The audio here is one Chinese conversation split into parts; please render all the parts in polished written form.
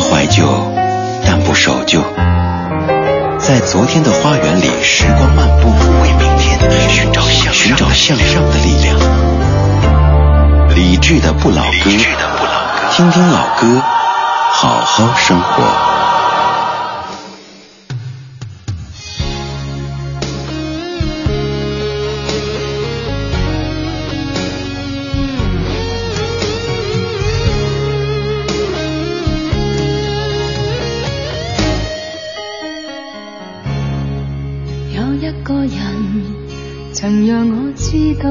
怀旧，但不守旧。在昨天的花园里时光漫步，为明天寻找向上的力量。理智的不老歌，听听老歌，好好生活。 曾讓我知道，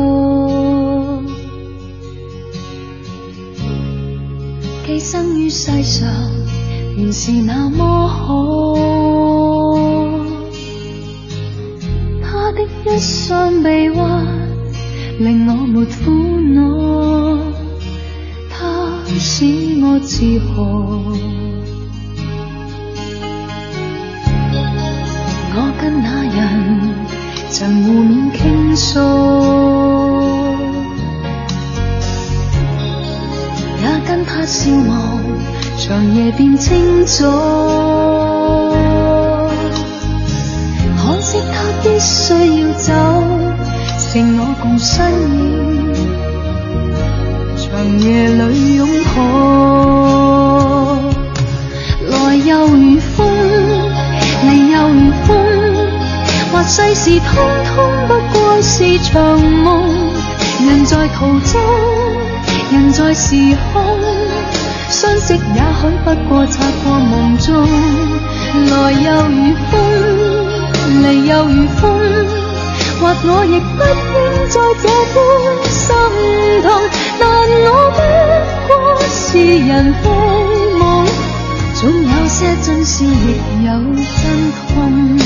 寄生於世上原是那麼好。他的一雙臂彎令我沒苦惱，他使我自豪。我跟那人曾互勉傾訴，也跟他笑望長夜變清早。可惜他必須要走，剩我共身影，長夜裏擁抱。來又如風，離又如風，或世事通通不過是場夢。人在途中，人在時空，相識也許不過擦過夢中。來又如風，離又如風，或我亦不應再這般心痛，但我不過是人非夢，總有些真笑亦有真痛。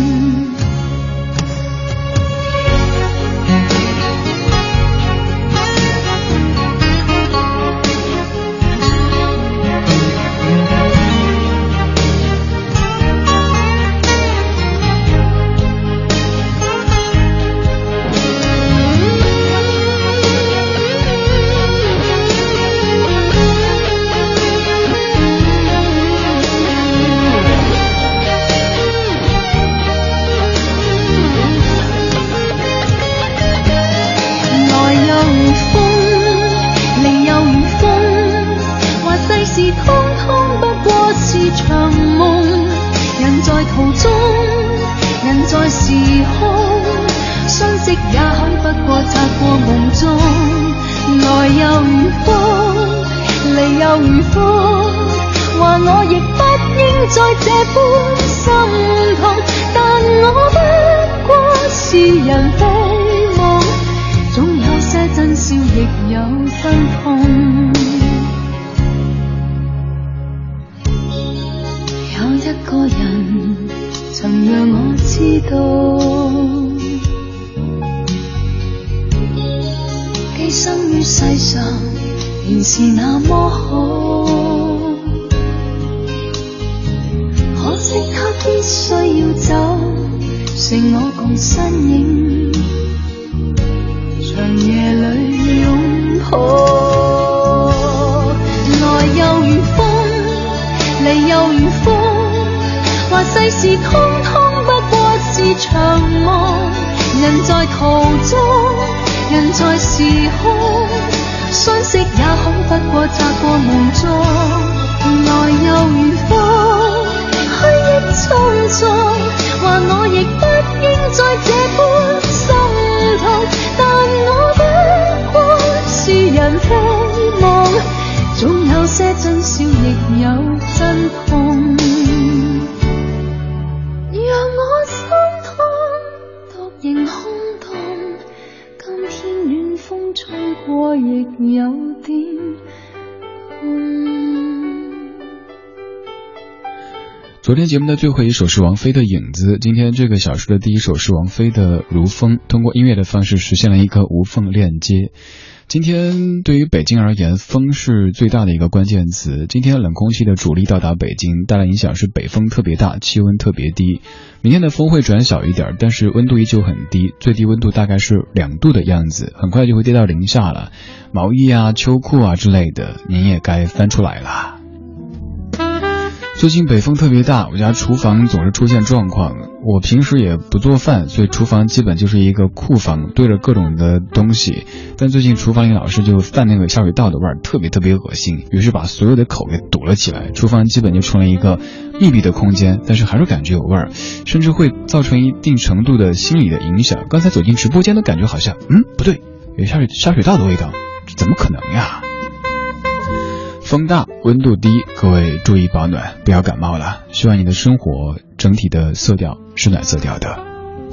昨天节目的最后一首是王菲的《影子》，今天这个小时的第一首是王菲的《如风》，通过音乐的方式实现了一个无缝链接。今天对于北京而言，风是最大的一个关键词。今天冷空气的主力到达北京，带来影响是北风特别大，气温特别低。明天的风会转小一点，但是温度依旧很低，最低温度大概是2度的样子，很快就会跌到零下了。毛衣啊、秋裤啊之类的，您也该翻出来了。 最近北风特别大，我家厨房总是出现状况。我平时也不做饭，所以厨房基本就是一个库房，堆着各种的东西。但最近厨房里老是就泛那个下水道的味儿，特别恶心，于是把所有的口给堵了起来，厨房基本就成了一个密闭的空间，但是还是感觉有味儿，甚至会造成一定程度的心理的影响。刚才走进直播间的感觉好像，不对，有下水道的味道，怎么可能呀？风大，温度低，各位注意保暖，不要感冒了。希望你的生活整体的色调是暖色调的。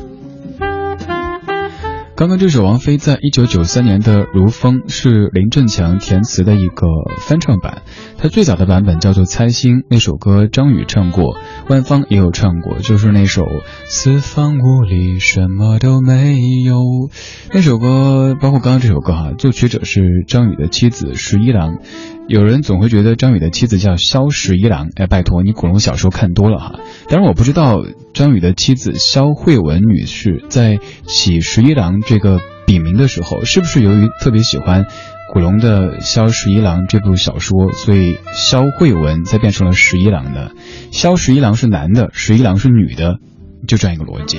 刚刚这首王菲在1993年的《如风》是林振强填词的一个翻唱版，他最早的版本叫做《猜心》，那首歌张宇唱过，万芳也有唱过，就是那首四方五里什么都没有。那首歌包括刚刚这首歌作曲者是张宇的妻子十一郎。有人总会觉得张宇的妻子叫萧十一郎，拜托你古龙小说看多了当然我不知道张宇的妻子萧慧文女士在起十一郎这个笔名的时候，是不是由于特别喜欢古龙的萧十一郎这部小说，所以萧慧文才变成了十一郎的。萧十一郎是男的，十一郎是女的，就这样一个逻辑。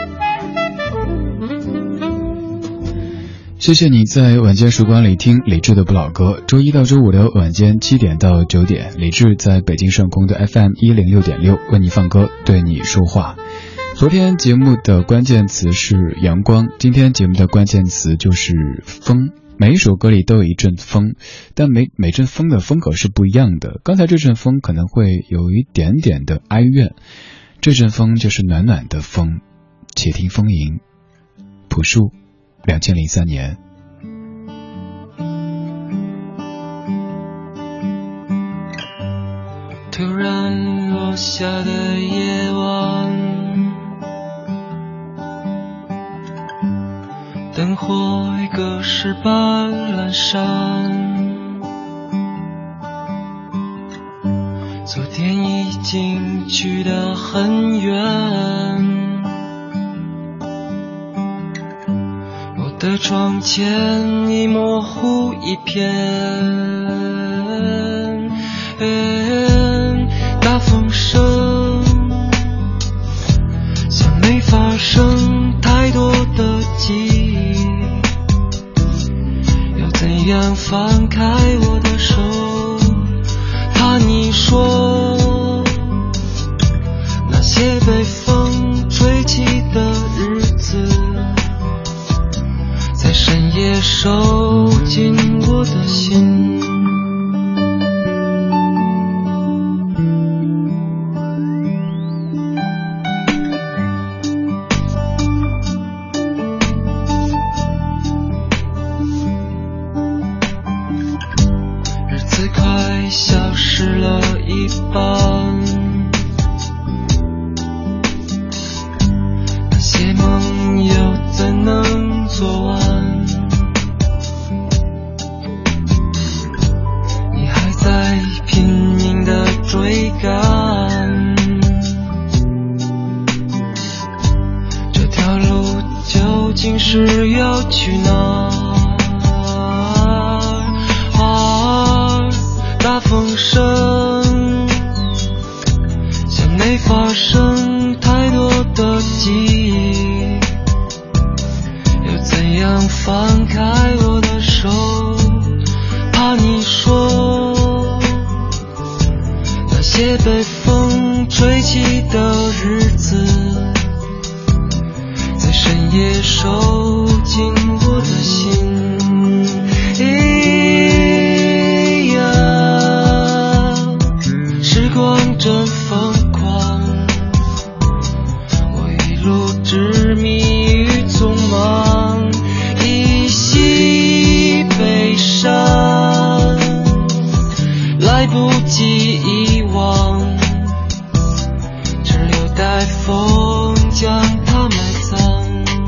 谢谢你在晚间时光里听李志的不老歌，周一到周五的晚间7点到9点，李志在北京上空的 FM106.6 为你放歌，对你说话。昨天节目的关键词是阳光，今天节目的关键词就是风。每一首歌里都有一阵风，但每阵风的风格是不一样的。刚才这阵风可能会有一点点的哀怨，这阵风就是暖暖的风。且听风吟，朴树2003年。 突然落下的夜晚，灯火已隔世般阑珊，昨天已经去得很远，的窗前已模糊一片，大风声像没发生太多的记忆，要怎样放开我的手，怕你说那些被风吹起的日子在深夜收进我的心。日子快消失了一半，那些梦又怎能做完？你还在拼命地追赶，这条路究竟是要去哪？大风声像没发生太多的记忆，又怎样放开我的手，怕你说那些被风吹起的日子在深夜收进我的心。时光真疯狂，我一路执迷于匆忙，依稀悲伤，来不及遗忘，只留待风将它埋葬。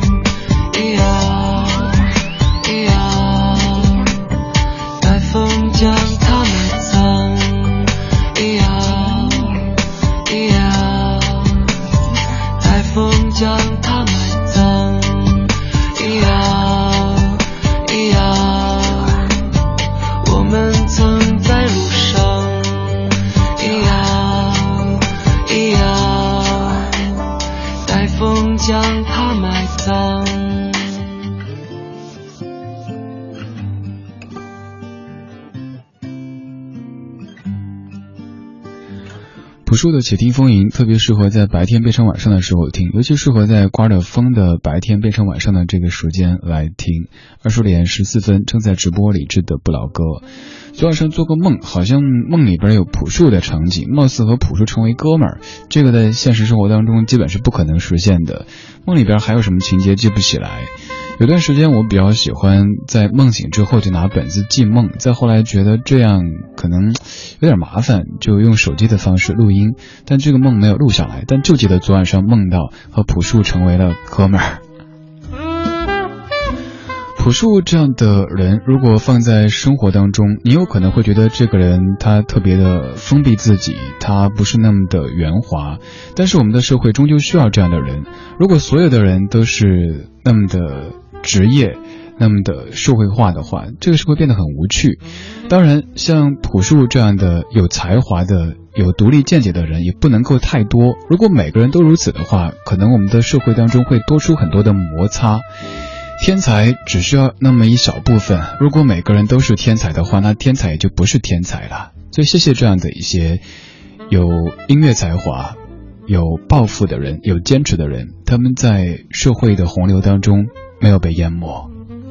待风将它埋葬。待风将它埋葬，我们曾在路上， 朴树的《且听风吟》特别适合在白天变成晚上的时候听，尤其适合在刮着风的白天变成晚上的这个时间来听。20点14分，正在直播李志的不老歌。昨晚上做个梦，好像梦里边有朴树的场景，貌似和朴树成为哥们儿，这个在现实生活当中基本是不可能实现的。梦里边还有什么情节记不起来。有段时间我比较喜欢在梦醒之后就拿本子记梦，再后来觉得这样可能有点麻烦，就用手机的方式录音，但这个梦没有录下来，但就记得昨晚上梦到和朴树成为了哥们儿。朴树这样的人如果放在生活当中，你有可能会觉得这个人他特别的封闭自己，他不是那么的圆滑，但是我们的社会终究需要这样的人。如果所有的人都是那么的职业，那么的社会化的话，这个社会变得很无趣。当然像朴树这样的有才华的有独立见解的人也不能够太多，如果每个人都如此的话，可能我们的社会当中会多出很多的摩擦。天才只需要那么一小部分，如果每个人都是天才的话，那天才也就不是天才了。所以谢谢这样的一些有音乐才华有抱负的人，有坚持的人，他们在社会的洪流当中没有被淹没。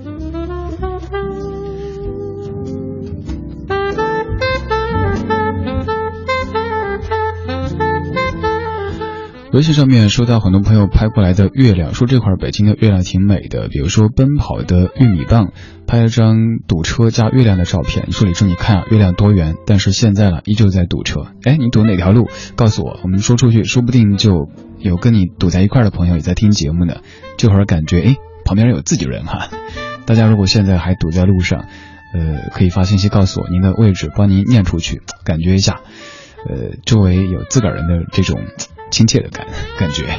微信上面收到很多朋友拍过来的月亮，说这块北京的月亮挺美的，比如说奔跑的玉米棒，拍了张堵车加月亮的照片，说李叔你看啊，月亮多圆，但是现在了依旧在堵车。你堵哪条路告诉我，我们说出去说不定就有跟你堵在一块的朋友也在听节目呢。这会儿感觉旁边有自己人哈。大家如果现在还堵在路上，可以发信息告诉我您的位置，帮您念出去，感觉一下周围有自个儿人的这种亲切的感觉。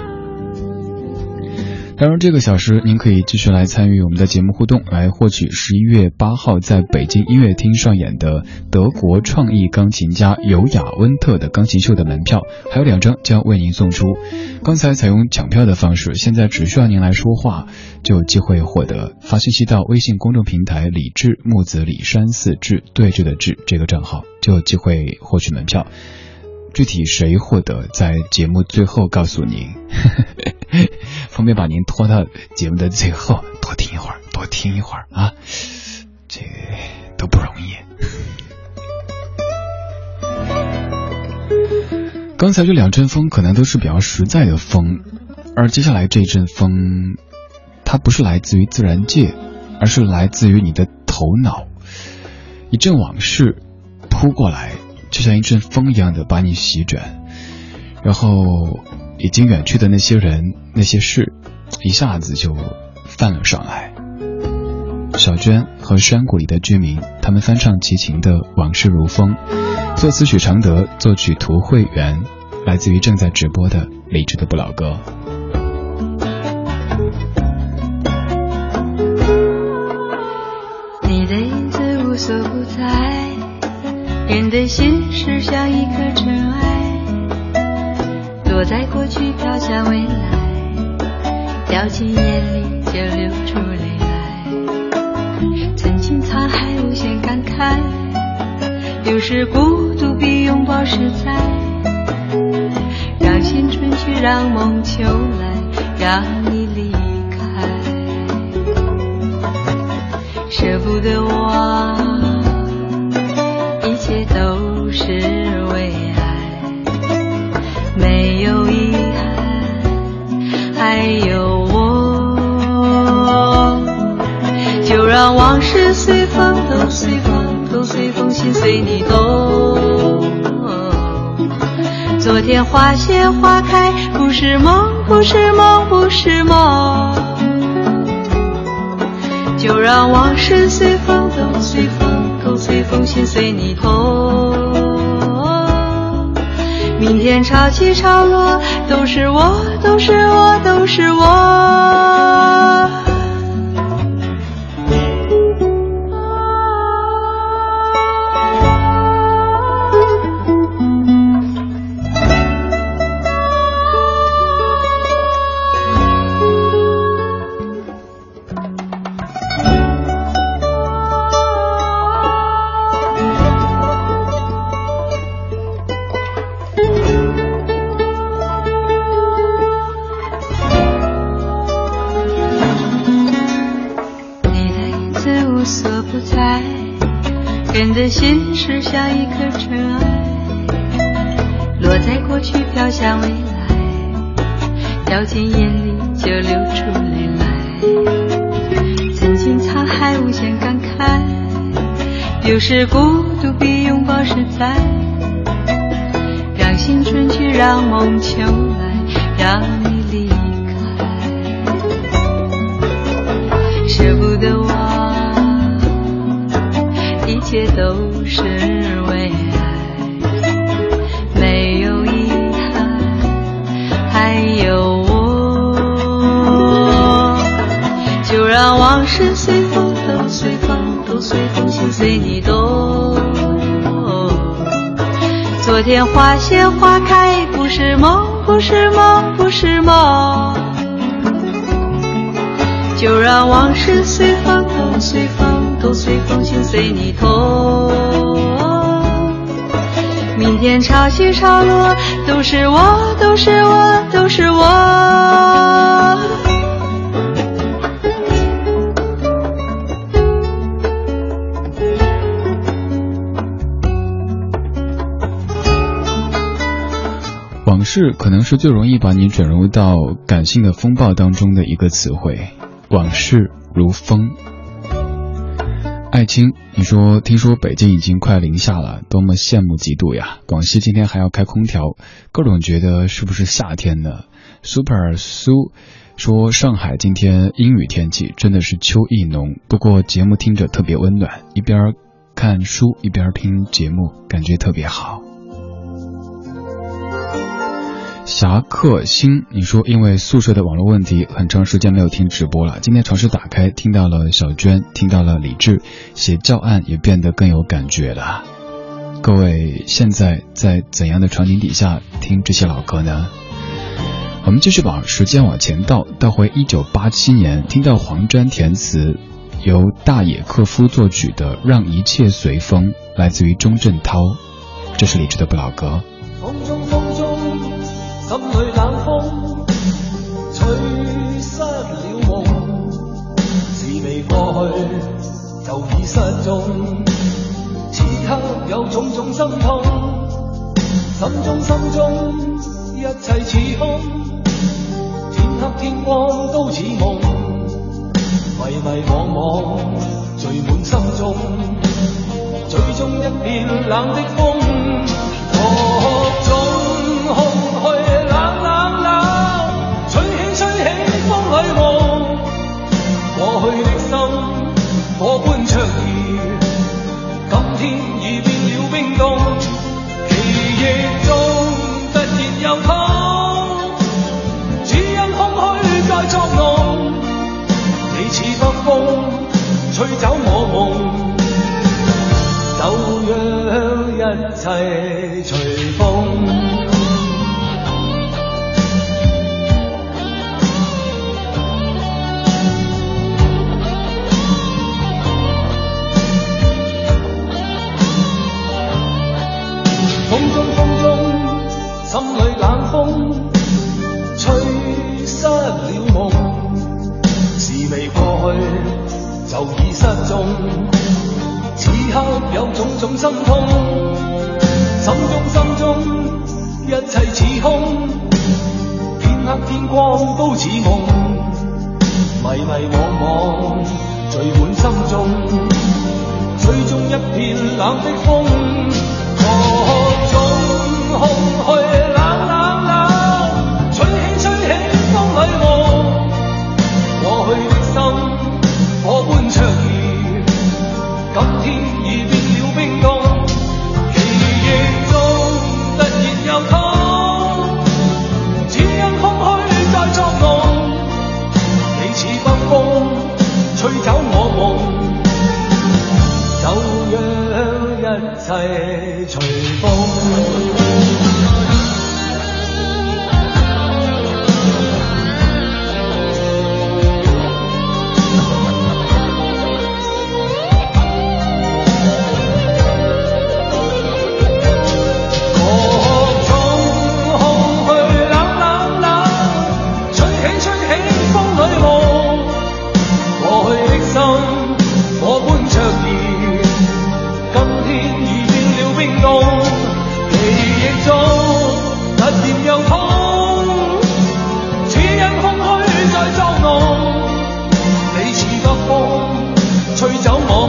当然这个小时您可以继续来参与我们的节目互动，来获取11月8号在北京音乐厅上演的德国创意钢琴家尤雅温特的钢琴秀的门票，还有2张将为您送出。刚才采用抢票的方式，现在只需要您来说话就有机会获得，发信息到微信公众平台李志木子李山四志对峙的志这个账号，就有机会获取门票。具体谁获得在节目最后告诉您方便把您拖到节目的最后，多听一会儿啊，这都不容易。刚才这2阵风可能都是比较实在的风，而接下来这阵风它不是来自于自然界，而是来自于你的头脑，一阵往事扑过来，就像一阵风一样的把你席卷，然后已经远去的那些人那些事一下子就泛了上来。小娟和山谷里的居民，他们翻唱齐秦的往事如风，作词许常德，作曲涂慧源，来自于正在直播的理智的不老歌。 你的影子无所不在，人的心事像一颗尘埃，躲在过去飘向未来，掉进眼里就流出泪来。曾经沧海无限感慨，有时孤独比拥抱实在。让青春去，让梦秋来，让你离开。舍不得忘，一切都是为爱，没有遗憾，还有我。就让往事随风，都随风，都随风，心随你动。昨天花谢花开，不是梦，不是梦，不是梦。就让往事随风，都随风，都随风，心随你动。明天潮起潮落，都是我，都是我，都是我。 人的心事像一颗尘埃，落在过去飘向未来，掉进眼里就流出泪来。曾经沧海无限感慨，有时孤独比拥抱实在，让青春去，让梦秋来，让你离开，舍不得忘，一切都是为爱，没有遗憾，还有我，就让往事随风都随风都随风，心随你动。昨天花谢花开，不是梦，不是梦，不是梦，就让往事随风都随风都随风，心随你痛。明天潮起潮落，都是我，都是我，都是我。 往事可能是最容易把你卷入到感性的风暴当中的一个词汇，往事如风。爱卿，你说听说北京已经快零下了，多么羡慕嫉妒呀！广西今天还要开空调，各种觉得是不是夏天呢？ Super 苏说上海今天阴雨天气，真的是秋意浓，不过节目听着特别温暖，一边看书一边听节目，感觉特别好。侠客星，你说因为宿舍的网络问题，很长时间没有听直播了。今天尝试打开，听到了小娟，听到了李志，写教案也变得更有感觉了。各位现在在怎样的场景底下听这些老歌呢？我们继续把时间往前倒回1987年，听到黄沾填词，由大野克夫作曲的《让一切随风》，来自于钟镇涛。这是李志的不老歌。 风中心里冷風，吹失了夢，事未過去就已失蹤，此刻有種種心痛，心中一切似空，天黑天光都似夢，迷惘聚滿心中，最終一片冷的風，各種空虛過去的心火般灼熱，今天已變了冰凍，記憶中突然又痛，只因空虛在作弄，你似北風吹走我夢，就讓一切隨風。風中，心裏冷風，吹失了夢，事未過去就已失蹤，此刻有種種心痛，心中一切似空，天黑天光都似夢，迷惘聚滿心中，最終一片冷的風，各種空虛冷，吹起風裏夢，過去的心火般灼熱，今天已變了冰凍，記憶中突然又痛，只因空虛在作弄，你似北風吹走我夢，就讓一切中突然又痛，似因空虛在作弄，你似北風吹走我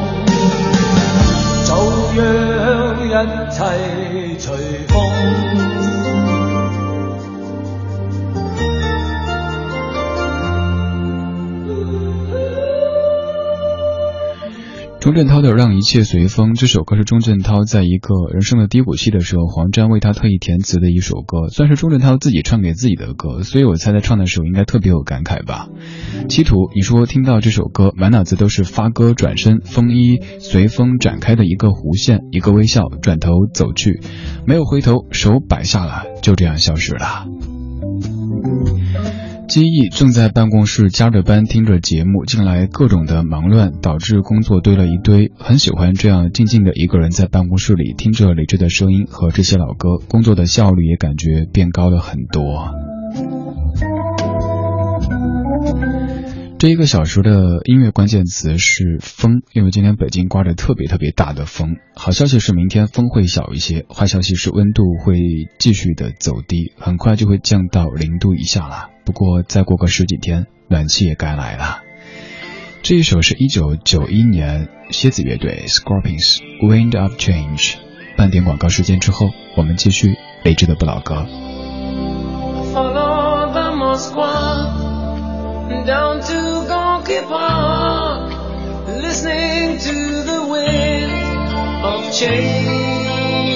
夢，就讓一切隨風。 钟镇涛的《让一切随风》这首歌是钟镇涛在一个人生的低谷期的时候，黄沾为他特意填词的一首歌，算是钟镇涛自己唱给自己的歌，所以我猜他唱的时候应该特别有感慨吧。七图，你说听到这首歌满脑子都是发歌转身，风衣随风展开的一个弧线，一个微笑，转头走去，没有回头，手摆下了，就这样消失了。记忆正在办公室加着班听着节目，近来各种的忙乱导致工作堆了一堆，很喜欢这样静静的一个人在办公室里听着理智的声音和这些老歌，工作的效率也感觉变高了很多。这一个小时的音乐关键词是风，因为今天北京刮着特别特别大的风。好消息是明天风会小一些，坏消息是温度会继续的走低，很快就会降到0度以下了。不过再过个10几天，暖气也该来了。这一首是1991年蝎子乐队 Scorpions Wind of Change。半点广告时间之后，我们继续理智的不老歌。 Follow the Moskva down to Gorky Park, listening to the wind of change.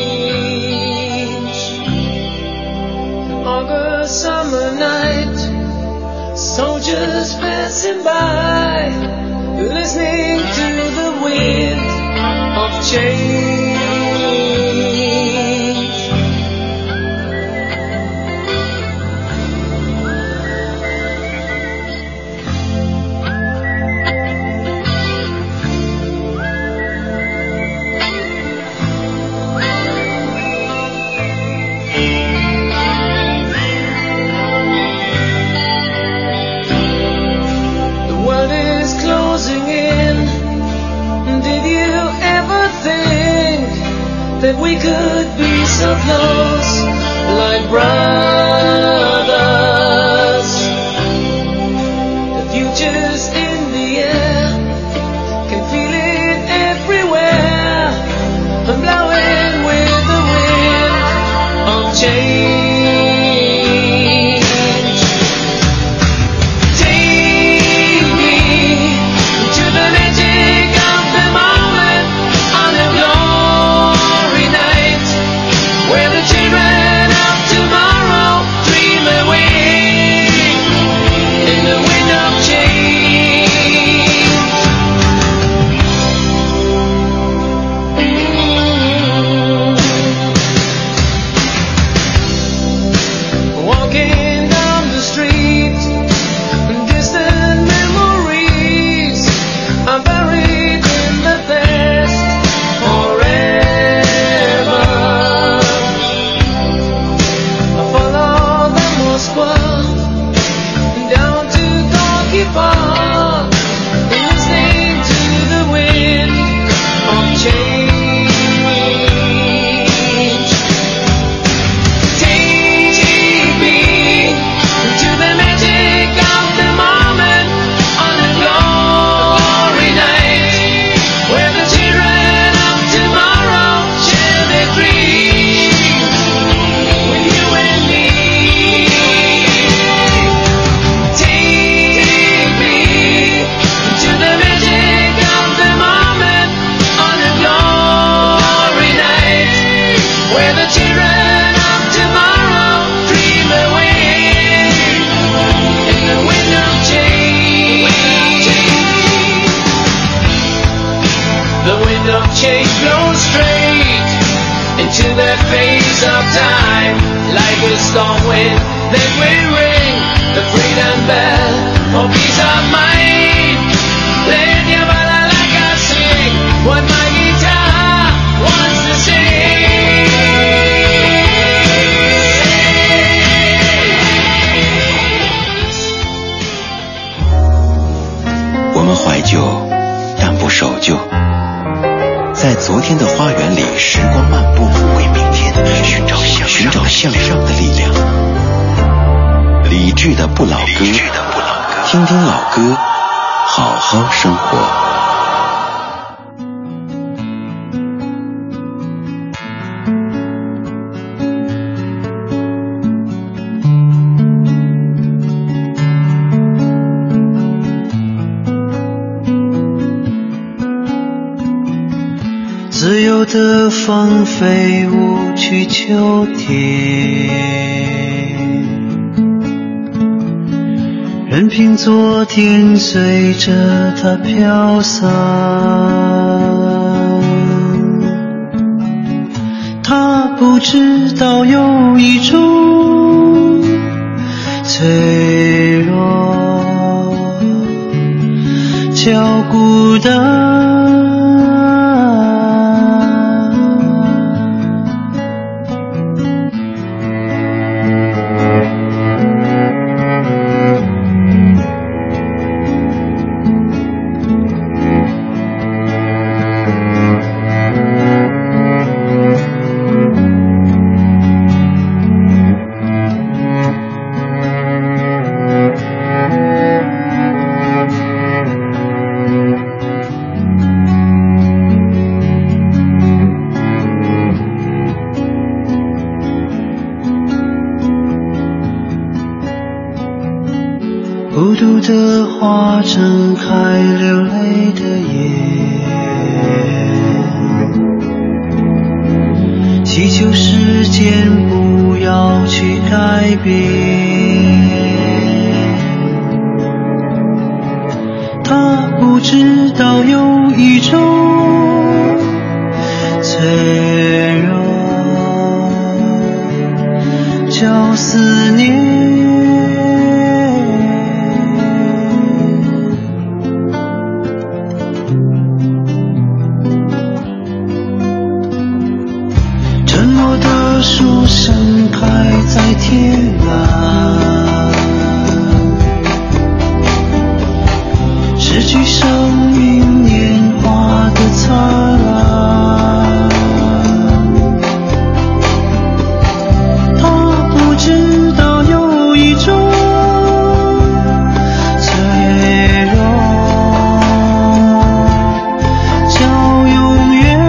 August summer night, soldiers passing by, listening to the wind of change. That we could be so close, like brothers. The future's in the air, can feel it everywhere. I'm blowing with the wind of change. Take me to the magic of the moment on a glory night, where the children of tomorrow dream away in the wind of change. Walking down the street, distant memories are buried in the past forever. I follow the Moskva down to Gorky Park, listening to the wind of change. Take me to the magic of the moment on a glory night, where the children of tomorrow share their dreams with you and me. Take me to the magic of the moment on a glory night, where the children of tomorrow dream away in the wind of change. The wind of change blows straight into the face of time, like a storm wind that will ring the freedom bell for peace of mind. Let your balalaika sing what my guitar wants to sing. 我们怀旧，但不守旧。在昨天的花园里时光漫步，为明天寻找向上的力量。理智的不老歌，听听老歌，好好生活。 自由的放飞无去秋天，任凭昨天随着它飘散。他不知道有一种脆弱叫孤单。孤独的花睁开流泪的眼，祈求时间不要去改变。他不知道有一种脆弱叫思念。树盛开在天蓝，失去生命年华的灿烂。他不知道有一种脆弱叫永远。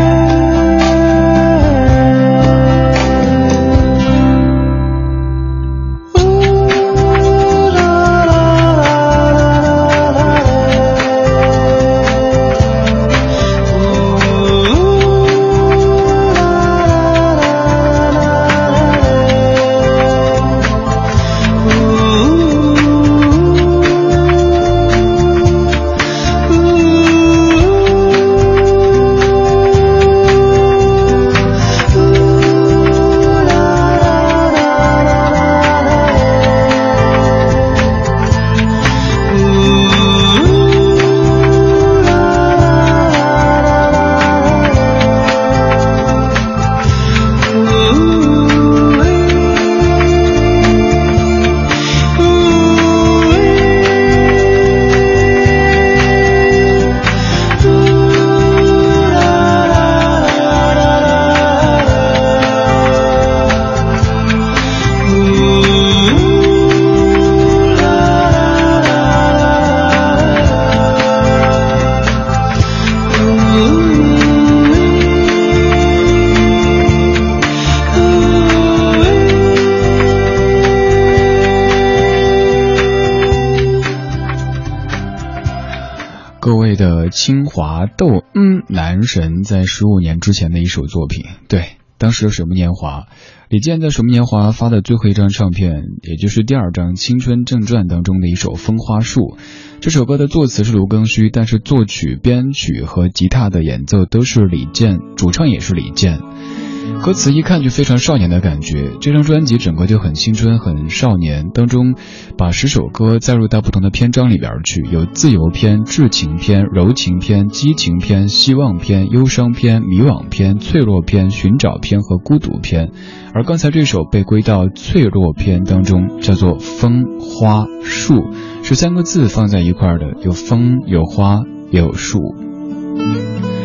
各位的清华窦男神在15年之前的一首作品，对，当时的水木年华，李健在水木年华发的最后一张唱片，也就是第2张《青春正传》当中的一首《风花树》。这首歌的作词是卢庚戌，但是作曲、编曲和吉他的演奏都是李健，主唱也是李健。歌词一看就非常少年的感觉，这张专辑整个就很青春很少年，当中把10首歌载入到不同的篇章里边去，有自由篇、至情篇、柔情篇、激情篇、希望篇、忧伤篇、迷惘篇、脆弱篇、寻找篇和孤独篇。而刚才这首被归到脆弱篇当中，叫做风花树，是3个字放在一块的，有风有花也有树。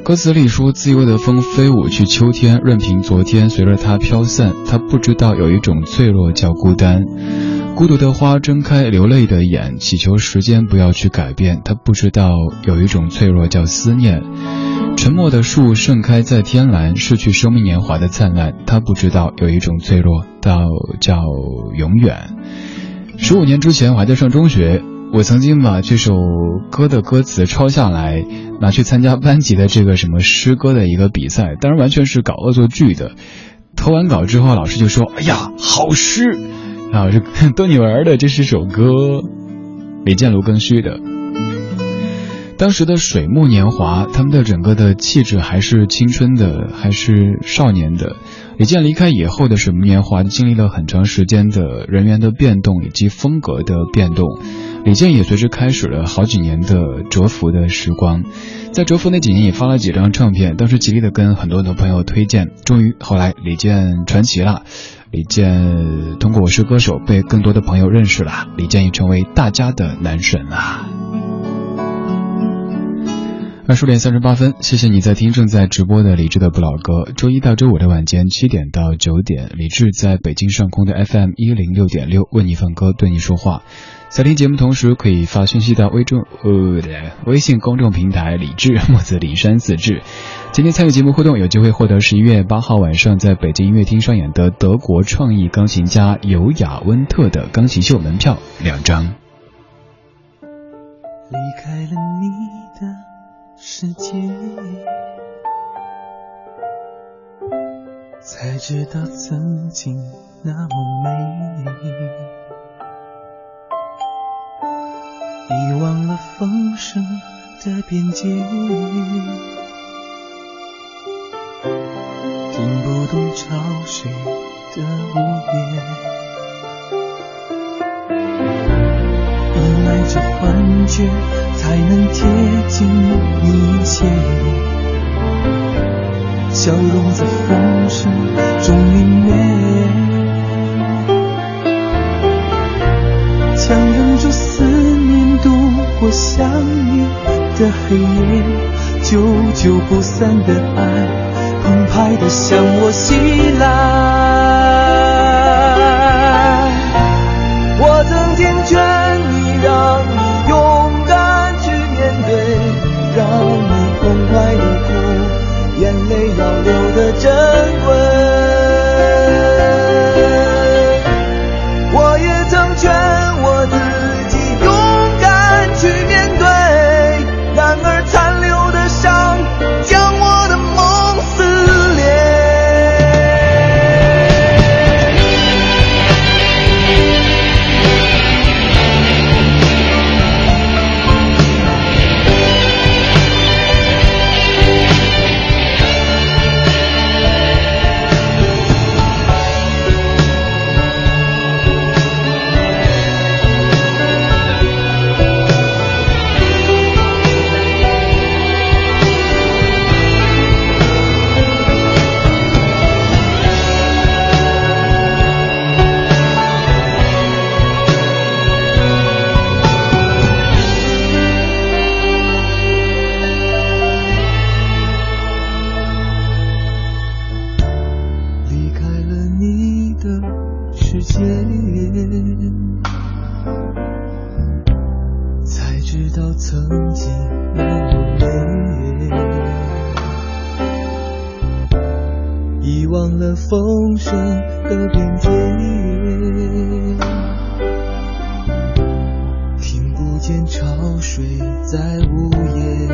歌词里说，自由的风飞舞去秋天，任凭昨天随着它飘散。他不知道有一种脆弱叫孤单。孤独的花睁开流泪的眼，祈求时间不要去改变。他不知道有一种脆弱叫思念。沉默的树盛开在天蓝，失去生命年华的灿烂。他不知道有一种脆弱叫永远。15年之前我还在上中学，我曾经把这首歌的歌词抄下来，拿去参加班级的这个什么诗歌的一个比赛，当然完全是搞恶作剧的。投完稿之后，老师就说：“哎呀，好诗！”然后是逗你玩的，这是首歌，李健、卢庚戌的。当时的水木年华，他们的整个的气质还是青春的，还是少年的。李健离开以后的水木年华，经历了很长时间的人员的变动以及风格的变动。李健也随之开始了好几年的蛰伏的时光，在蛰伏那几年也发了几张唱片，当时极力的跟很多的朋友推荐，终于后来李健传奇了。李健通过我是歌手被更多的朋友认识了，李健也成为大家的男神了。20点38分，谢谢你在听正在直播的李志的不老歌。周一到周五的晚间7点到9点，李志在北京上空的 FM 106.6为你放歌，对你说话。在听节目同时，可以发讯息到微信公众平台李志木子李山四志。今天参与节目互动，有机会获得11月8号晚上在北京音乐厅上演的德国创意钢琴家尤雅温特的钢琴秀门票2张。 离开了你的世界，才知道曾经那么美，遗忘了风声的边界，听不懂潮水的无言，依赖着幻觉才能贴近你一些，笑容在风声中泯灭，强忍住思念度过相遇的黑夜，久久不散的爱澎湃地向我袭来。我曾经劝你，让你勇敢去面对，让你痛快地哭，眼泪要流得珍贵。我也曾劝我自己勇敢去面对，然而残留的伤将我的梦撕裂。才知道曾经那么美，遗忘了风声的边界，听不见潮水在呜咽，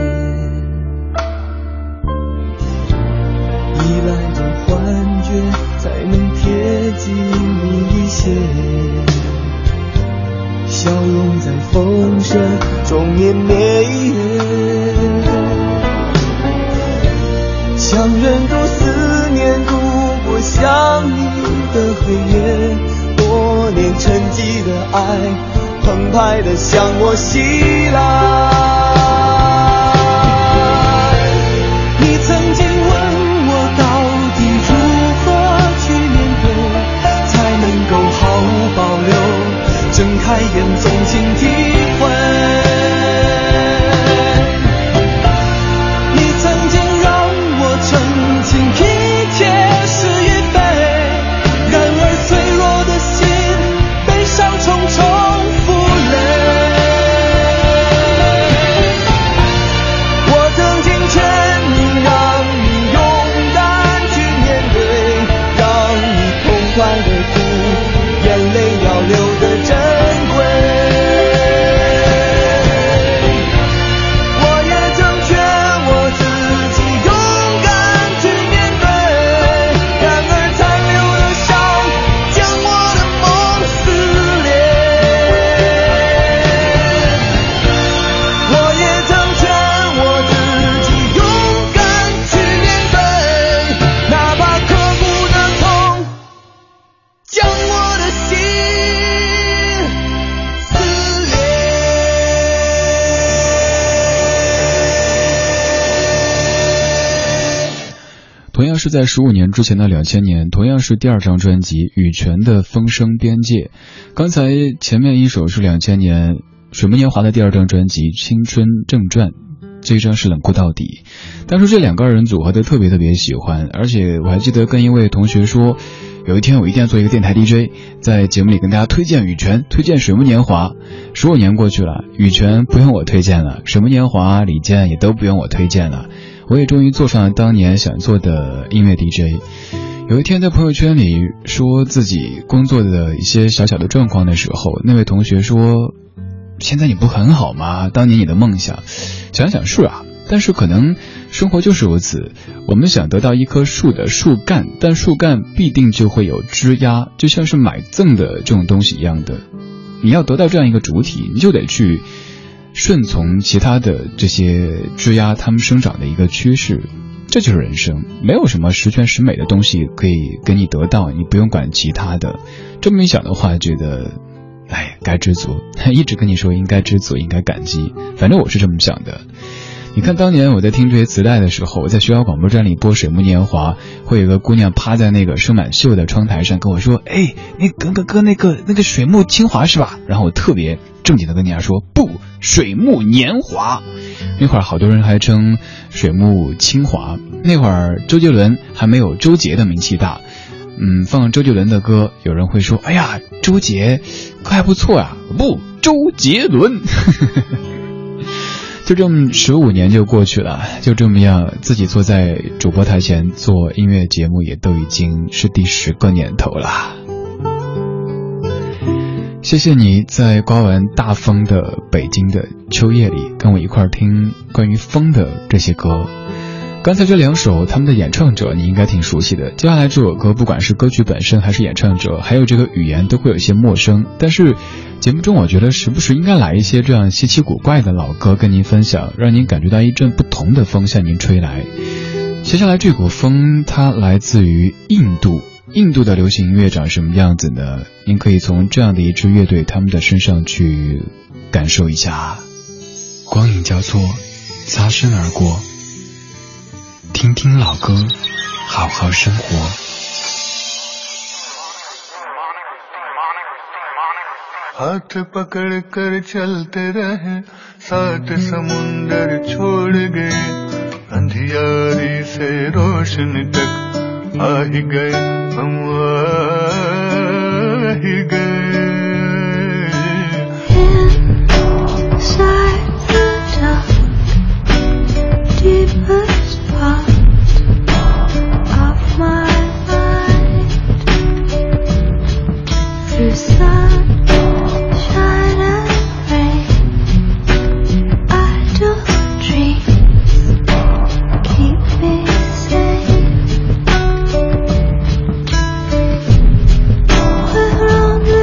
依赖着幻觉才能贴近你一些，笑容在风声中泯灭，强忍住思念度过相遇的黑夜，多年沉寂的爱澎湃地向我袭来。你曾经问我到底如何去面对，才能够毫无保留睁开眼纵情体会，你曾经让是在15年之前的2000年，同样是第2张专辑羽泉的《风声边界》。刚才前面一首是2000年水木年华的第2张专辑《青春正传》，这一张是冷酷到底。当初这2个人组合的特别喜欢，而且我还记得跟一位同学说，有一天我一定要做一个电台 DJ， 在节目里跟大家推荐羽泉，推荐水木年华。15年过去了，羽泉不用我推荐了，水木年华、李健也都不用我推荐了，我也终于做上了当年想做的音乐 DJ。 有一天在朋友圈里说自己工作的一些小小的状况的时候，那位同学说，现在你不很好吗？当年你的梦想。想想是啊，但是可能生活就是如此，我们想得到一棵树的树干，但树干必定就会有枝丫，就像是买赠的这种东西一样的，你要得到这样一个主体，你就得去顺从其他的这些枝丫它们生长的一个趋势。这就是人生，没有什么十全十美的东西可以给你得到，你不用管其他的。这么一想的话，觉得该知足，一直跟你说应该知足，应该感激，反正我是这么想的。你看当年我在听这些磁带的时候，我在学校广播站里播水木年华，会有一个姑娘趴在那个盛满锈的窗台上跟我说，哥那个水木清华是吧？然后我特别正经的跟人家说，不，水木年华。那会儿好多人还称水木清华，那会儿周杰伦还没有周杰的名气大，放周杰伦的歌，有人会说，哎呀，周杰歌还不错啊，不，周杰伦。就这么15年就过去了，就这么样，自己坐在主播台前做音乐节目也都已经是第10个年头了。谢谢你在刮完大风的北京的秋夜里跟我一块听关于风的这些歌。刚才这2首他们的演唱者你应该挺熟悉的，接下来这首歌不管是歌曲本身还是演唱者还有这个语言都会有一些陌生，但是节目中我觉得时不时应该来一些这样稀奇古怪的老歌跟您分享，让您感觉到一阵不同的风向您吹来。接下来这股风它来自于印度的流行音乐长什么样子呢？您可以从这样的一支乐队他们的身上去感受一下。光影交错，擦身而过，听听老歌，好好生活。 हाथ पकड़ कर चलते रहे, सात समुंदर छोड़ गए, अंधियारी से रोशनी तक आ ही गए, हम आ ही गए। Inside the dark, deepest part of my mind, through sun We're only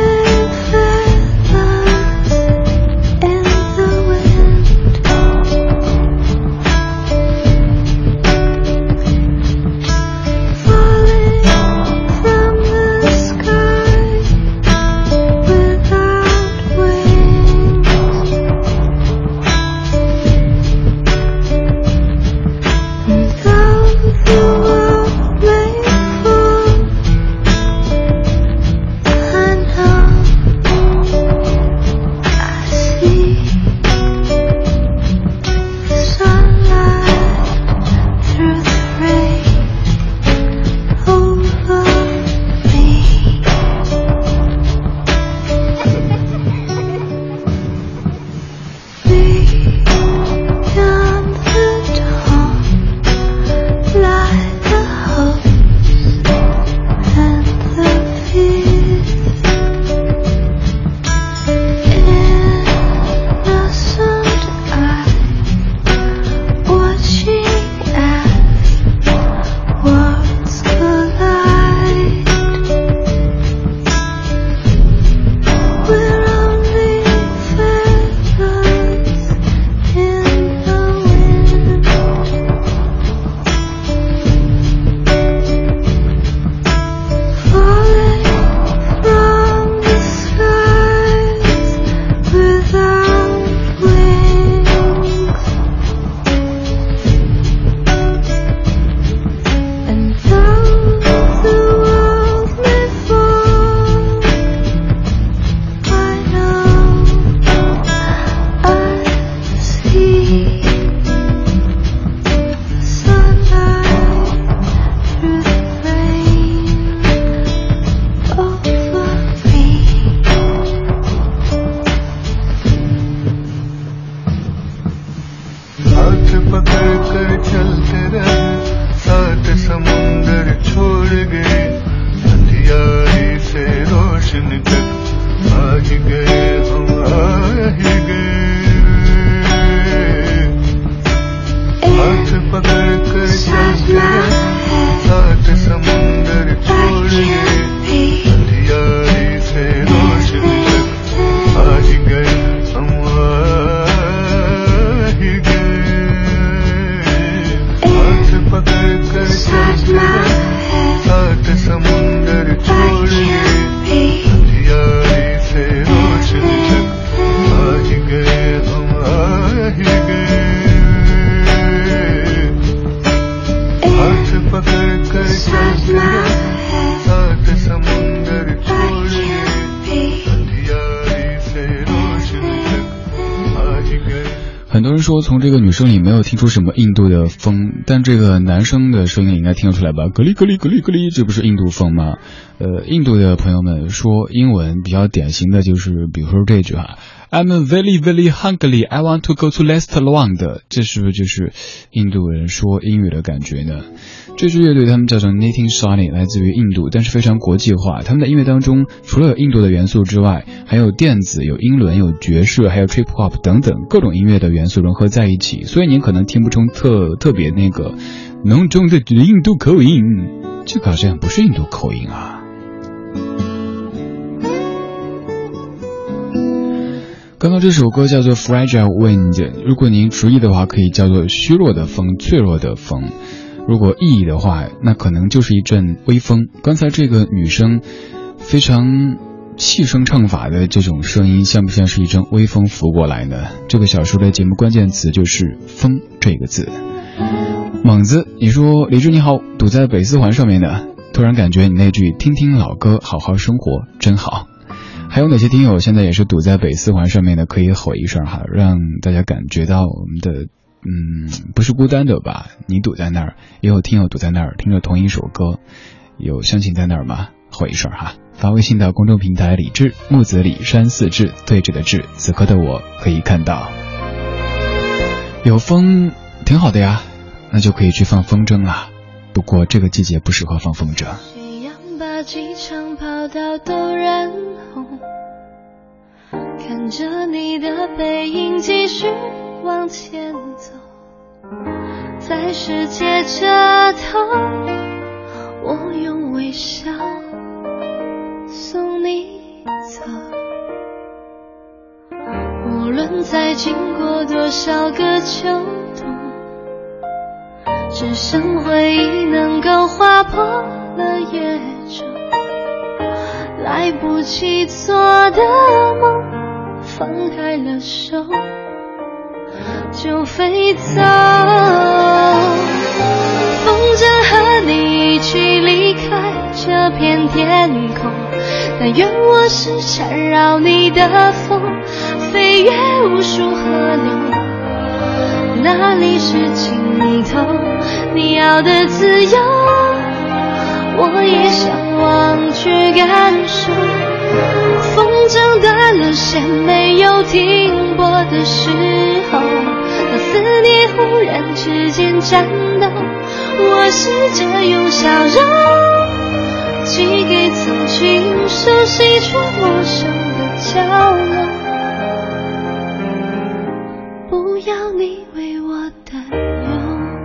人说从这个女生里没有听出什么印度的风，但这个男生的声音应该听得出来吧？咯哩咯哩咯哩咯哩，这不是印度风吗？印度的朋友们说英文比较典型的就是，比如说这句哈 ，I'm very very hungry, I want to go to restaurant， 这是不是就是印度人说英语的感觉呢？这支乐队他们叫做 Native Sonny， 来自于印度，但是非常国际化。他们的音乐当中除了有印度的元素之外，还有电子、有英伦、有爵士，还有 trip hop 等等各种音乐的元素融合在一起，所以您可能听不出特别那个浓重的印度口音，这个好像不是印度口音啊。刚刚这首歌叫做 Fragile Wind， 如果您直译的话可以叫做虚弱的风、脆弱的风，如果意译的话那可能就是一阵微风。刚才这个女生非常气声唱法的这种声音，像不像是一阵微风拂过来呢？这个小说的节目关键词就是风这个字。猛子，你说李志你好，堵在北四环上面的，突然感觉你那句听听老歌好好生活真好。还有哪些听友现在也是堵在北四环上面的，可以吼一声哈，让大家感觉到我们的不是孤单的吧？你堵在那儿，也有听友堵在那儿听着同一首歌，有乡亲在那儿吗？吼一声哈。发微信到公众平台李志，木子李山四志对峙的志，此刻的我可以看到有风挺好的呀，那就可以去放风筝啦。不过这个季节不适合放风筝。 夕阳把机场跑道都染红，看着你的背影继续往前走，在世界这头我用微笑送你走，无论再经过多少个秋冬，只剩回忆能够划破了夜昼，来不及做的梦，放开了手就飞走。风筝和你一起离开这片天空，但愿我是缠绕你的风，飞越无数河流，哪里是尽头？你要的自由，我也向往去感受。风筝断了线，没有停泊的时候，当思念忽然之间颤抖，我试着用笑容寄给曾经熟悉却陌生的角落，不要你为我担忧。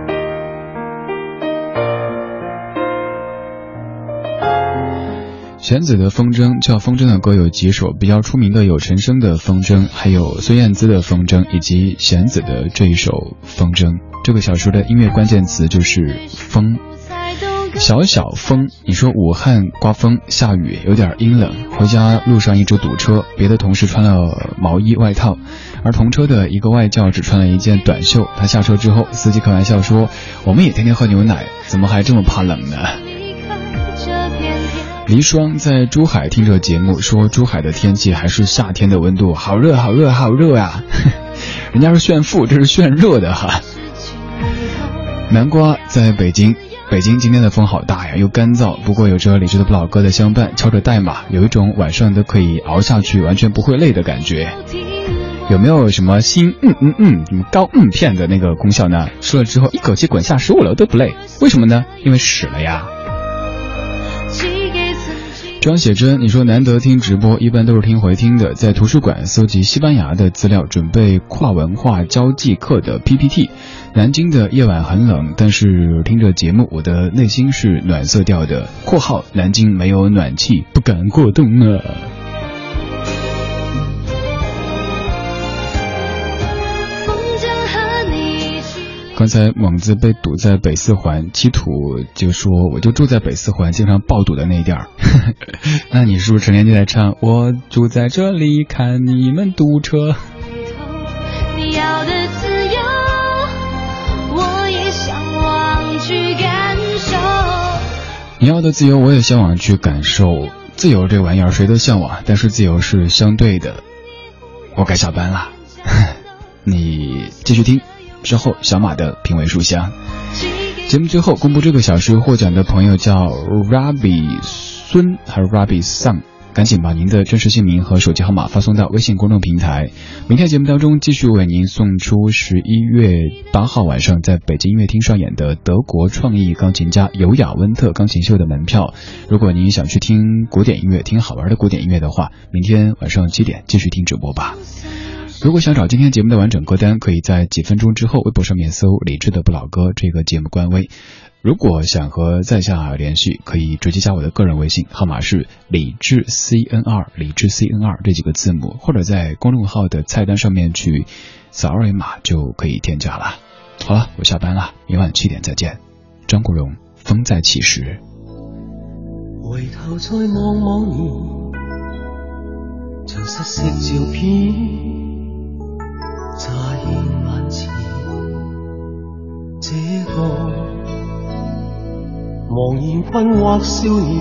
弦子的风筝，叫风筝的歌有几首，比较出名的有陈升的风筝，还有孙燕姿的风筝，以及弦子的这一首风筝。这个小说的音乐关键词就是风。小小风，你说武汉刮风下雨有点阴冷，回家路上一直堵车，别的同事穿了毛衣外套，而同车的一个外教只穿了一件短袖。他下车之后，司机开玩笑说，我们也天天喝牛奶，怎么还这么怕冷呢？黎双在珠海听着节目说，珠海的天气还是夏天的温度，好热好热好热呀！人家是炫富，这是炫热的哈。南瓜在北京今天的风好大呀，又干燥，不过有着理智的不老哥的相伴，敲着代码，有一种晚上都可以熬下去完全不会累的感觉。有没有什么新什么高片的那个功效呢？说了之后一口气滚下15楼都不累，为什么呢？因为屎了呀。张写真，你说难得听直播，一般都是听回听的，在图书馆搜集西班牙的资料，准备跨文化交际课的 PPT。南京的夜晚很冷，但是听着节目，我的内心是暖色调的。（括号南京没有暖气，不敢过冬啊。）刚才猛子被堵在北四环，企图就说我就住在北四环经常爆堵的那一点儿。那你是不是成天就在唱我住在这里看你们堵车？ 你要的自由，我也向往去感受。 你要的自由，我也向往去感受。自由这玩意儿谁都向往，但是自由是相对的。我该下班了。 你继续听，之后小马的品味书香。节目最后公布这个小时获奖的朋友叫 Rabi 孙还是 Rabi 桑，赶紧把您的真实姓名和手机号码发送到微信公众平台。明天节目当中继续为您送出11月8号晚上在北京音乐厅上演的德国创意钢琴家尤雅温特钢琴秀的门票。如果您想去听古典音乐，听好玩的古典音乐的话，明天晚上7点继续听直播吧。如果想找今天节目的完整歌单，可以在几分钟之后微博上面搜李志的不老歌这个节目官微。如果想和在下联系，可以直接加我的个人微信，号码是李志 CN2 李志 CN2 这几个字母，或者在公众号的菜单上面去扫二维码就可以添加了。好了，我下班了，明晚7点再见。张国荣，风再起时。 回頭再望望你，像失色照片乍現眼前，這個茫然困惑少年，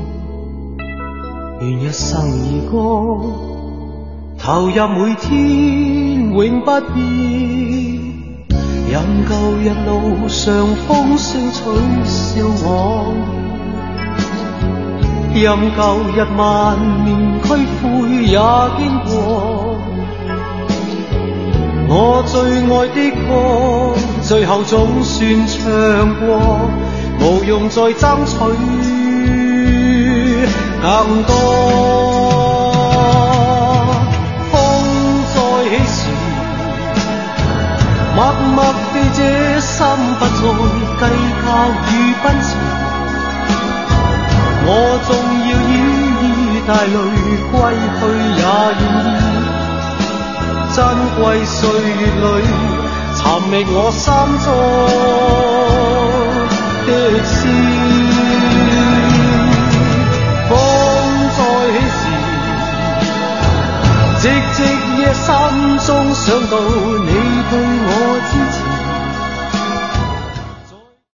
願一生兒歌投入每天永不變，任舊日路上風聲取笑我，任舊日萬念俱灰也經過，我最愛的歌最後總算唱過，無用再爭取更多。風再起時，默默地這心不再計較與奔馳，我縱要依依帶淚歸去也願意，珍貴歲月裏尋覓我心中的詩。風再起時，寂寂夜心中想到你對我